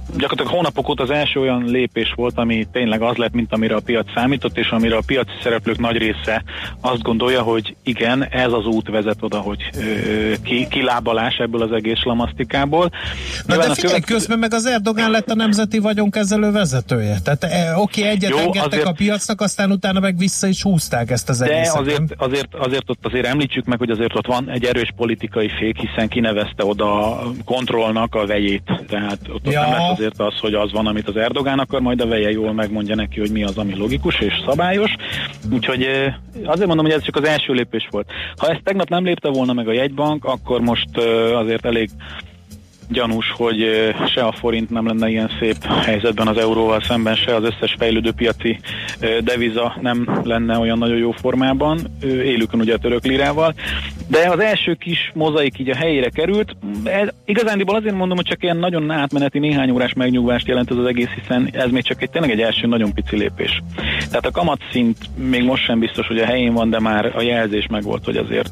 S13: gyakorlatilag hónapok óta az első olyan lépés volt, ami tényleg az lett, mint amire a piac számított, és amire a piaci szereplők nagy része azt gondolja, hogy igen, ez az út vezet oda, hogy kilábalás ebből az egész slamasztikából.
S2: Na de figyelj, közben meg az Erdogán lett a nemzeti vagyonkezelő vezetője. Tehát egyet engedtek a piacnak, aztán utána meg vissza is húzták ezt az egészet.
S13: De azért ott azért említsük meg, hogy azért ott van egy erős politikai fék, hiszen kinevezte oda kontrollnak a vejét. Tehát ott nem lesz azért az, hogy az van, amit az Erdogán akar, majd a veje jól megmondja neki, hogy mi az, ami logikus és szabályos. Úgyhogy azért mondom, hogy ez csak az első lépés volt. Ha ezt tegnap nem lépte volna meg a jegybank, akkor most azért elég gyanús, hogy se a forint nem lenne ilyen szép helyzetben az euróval szemben, se az összes fejlődő piaci deviza nem lenne olyan nagyon jó formában, élükön ugye a török lirával, de az első kis mozaik így a helyére került. Igazándiból azért mondom, hogy csak ilyen nagyon átmeneti néhány órás megnyugvást jelent ez az egész, hiszen ez még csak tényleg egy első nagyon pici lépés. Tehát a kamatszint még most sem biztos, hogy a helyén van, de már a jelzés meg volt, hogy azért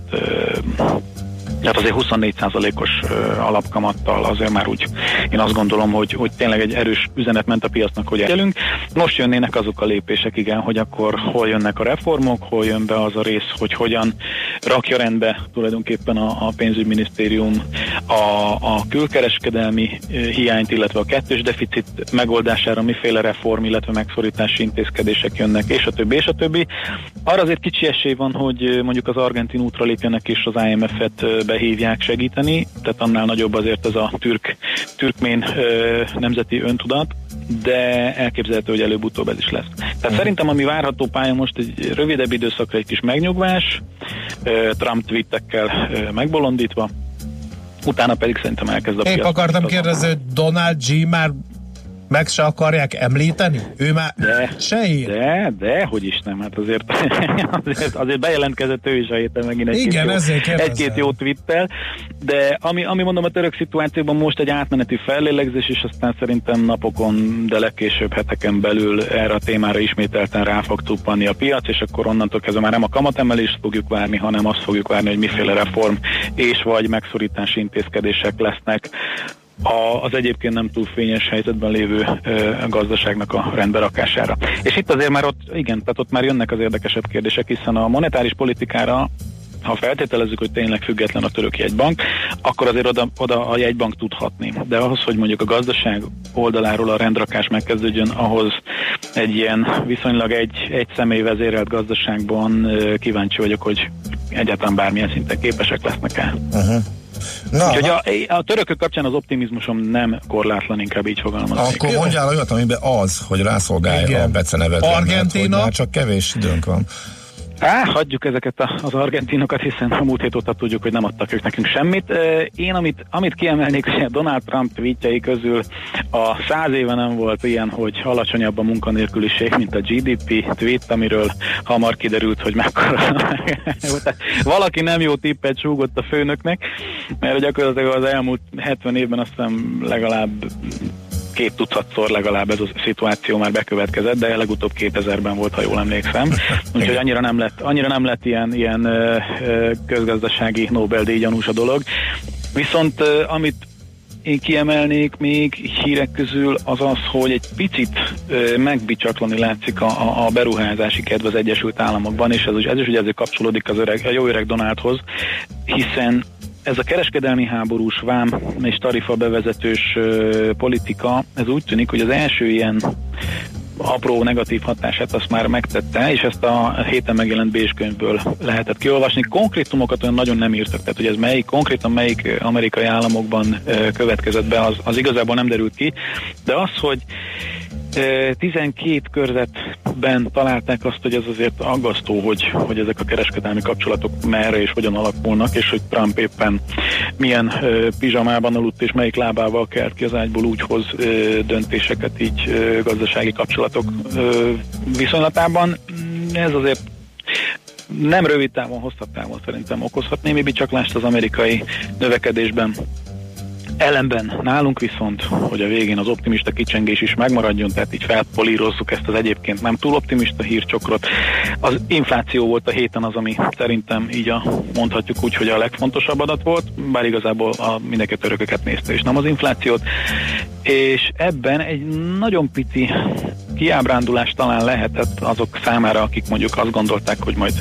S13: tehát azért 24%-os alapkamattal azért már úgy én azt gondolom, hogy tényleg egy erős üzenet ment a piacnak, hogy elünk. Most jönnének azok a lépések, igen, hogy akkor hol jönnek a reformok, hol jön be az a rész, hogy hogyan rakja rendbe tulajdonképpen a pénzügyminisztérium a külkereskedelmi hiányt, illetve a kettős deficit megoldására miféle reform, illetve megszorítási intézkedések jönnek, és a többi, és a többi. Arra azért kicsi esély van, hogy mondjuk az argentin útra lépjenek és az IMF-et behívják segíteni, tehát annál nagyobb azért ez a türkmén nemzeti öntudat, de elképzelhető, hogy előbb-utóbb ez is lesz. Tehát szerintem ami várható pálya most egy rövidebb időszakra egy kis megnyugvás, Trump tweetekkel megbolondítva, utána pedig szerintem elkezd a piac.
S2: Épp akartam kérdezni, hogy Donald G. már meg se akarják említeni? Ő már se ír?
S13: De, hogy is nem, hát azért bejelentkezett ő is a héten megint egy-két jó tweettel, de ami mondom a török szituációban most egy átmeneti fellélegzés, és aztán szerintem napokon, de legkésőbb heteken belül erre a témára ismételten rá fog tuppanni a piac, és akkor onnantól kezdve már nem a kamatemelést fogjuk várni, hanem azt fogjuk várni, hogy miféle reform és vagy megszorítási intézkedések lesznek az egyébként nem túl fényes helyzetben lévő gazdaságnak a rendberakására. És itt azért már ott már jönnek az érdekesebb kérdések, hiszen a monetáris politikára, ha feltételezzük, hogy tényleg független a török jegybank, akkor azért oda a jegybank tudhatni. De ahhoz, hogy mondjuk a gazdaság oldaláról a rendrakás megkezdődjön, ahhoz egy ilyen viszonylag egy személy vezérelt gazdaságban kíváncsi vagyok, hogy egyáltalán bármilyen szinten képesek lesznek el. Uh-huh. Úgyhogy a törökök kapcsán az optimizmusom nem korlátlan, inkább így fogalmaznék.
S3: Akkor mondjál olyat, amiben az, hogy rászolgálja a becenevet.
S2: Argentína.
S3: Már csak kevés időnk van.
S13: Hagyjuk ezeket az argentinokat, hiszen a múlt hét óta tudjuk, hogy nem adtak ők nekünk semmit. Én amit kiemelnék, hogy Donald Trump tweetjei közül a 100 éve nem volt ilyen, hogy alacsonyabb a munkanélküliség, mint a GDP tweet, amiről hamar kiderült, hogy mekkora. Valaki nem jó tippet súgott a főnöknek, mert gyakorlatilag az elmúlt 70 évben azt hiszem legalább 2 tucatszor legalább ez a szituáció már bekövetkezett, de legutóbb 2000-ben volt, ha jól emlékszem. Úgyhogy annyira nem lett ilyen közgazdasági Nobel-díj gyanús a dolog. Viszont amit én kiemelnék még hírek közül az, hogy egy picit megbicsaklani látszik a beruházási kedv az Egyesült Államokban, és ez is ugye ezért kapcsolódik a jó öreg Donaldhoz, hiszen ez a kereskedelmi háborús, vám és tarifa bevezetős politika, ez úgy tűnik, hogy az első ilyen apró negatív hatását azt már megtette, és ezt a héten megjelent Bécs könyvből lehetett kiolvasni. Konkrétumokat olyan nagyon nem írtak, tehát hogy ez konkrétan melyik amerikai államokban következett be, az igazából nem derült ki, de az, hogy 12 körzetben találták azt, hogy ez azért aggasztó, hogy ezek a kereskedelmi kapcsolatok merre és hogyan alakulnak, és hogy Trump éppen milyen pizsamában aludt, és melyik lábával kelt ki az ágyból, úgy hoz döntéseket így gazdasági kapcsolatok viszonylatában. Ez azért nem rövid távon, hosszabb távon szerintem okozhat némi bicsaklást az amerikai növekedésben. Ellenben nálunk viszont, hogy a végén az optimista kicsengés is megmaradjon, tehát így felpolírozzuk ezt az egyébként nem túl optimista hírcsokrot. Az infláció volt a héten az, ami szerintem így mondhatjuk úgy, hogy a legfontosabb adat volt, bár igazából mindenki törököket nézte, és nem az inflációt. És ebben egy nagyon pici kiábrándulás talán lehetett azok számára, akik mondjuk azt gondolták, hogy majd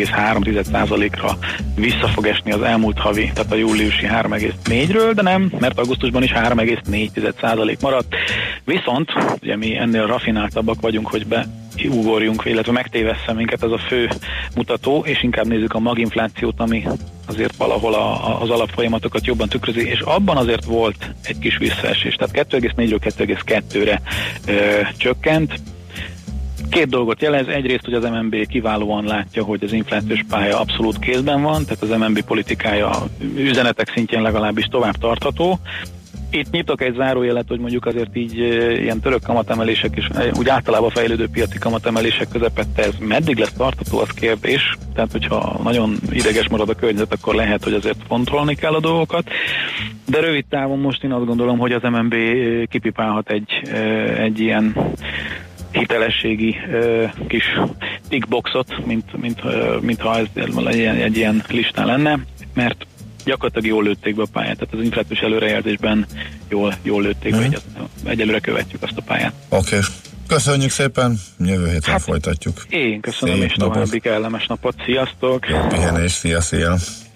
S13: 3,3%-ra vissza fog esni az elmúlt havi, tehát a júliusi 3,4-ről, de nem, mert augusztusban is 3,4% maradt. Viszont, ugye mi ennél rafináltabbak vagyunk, hogy beugorjunk, illetve megtévesszen minket ez a fő mutató, és inkább nézzük a maginflációt, ami azért valahol az alapfolyamatokat jobban tükrözi, és abban azért volt egy kis visszaesés, tehát 2,4-ről 2,2-re csökkent. Két dolgot jelez, egyrészt, hogy az MNB kiválóan látja, hogy az inflációs pálya abszolút kézben van, tehát az MNB politikája üzenetek szintjén legalábbis tovább tartható. Itt nyitok egy zárójelet, hogy mondjuk azért így ilyen török kamatemelések és úgy általában fejlődő piaci kamatemelések közepette ez meddig lesz tartató, az kérdés. Tehát, hogyha nagyon ideges marad a környezet, akkor lehet, hogy azért fontolni kell a dolgokat. De rövid távon most én azt gondolom, hogy az MNB kipipálhat egy ilyen hitelességi kis tickboxot, mintha ez egy ilyen listán lenne, mert gyakorlatilag jól lőtték be a pályát, tehát az inflációs előrejelzésben jól lőtték be, egyelőre követjük azt a pályát.
S3: Oké. Köszönjük szépen, jövő héten folytatjuk.
S13: Én köszönöm, szép és további kellemes napot, sziasztok!
S3: Jó pihenés, szia!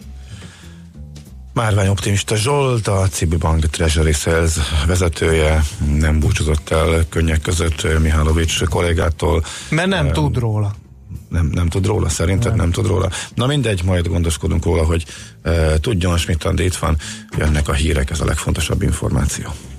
S10: Márvány Optimista Zsolt, a CB Bank Treasury Sales vezetője nem búcsúzott el könnyek között Mihálovics kollégától.
S2: Mert nem tud róla.
S10: Nem tud róla, szerinted nem tud róla. Na mindegy, majd gondoskodunk róla, hogy tudjon, Schmidt Andi itt van, jönnek a hírek, ez a legfontosabb információ.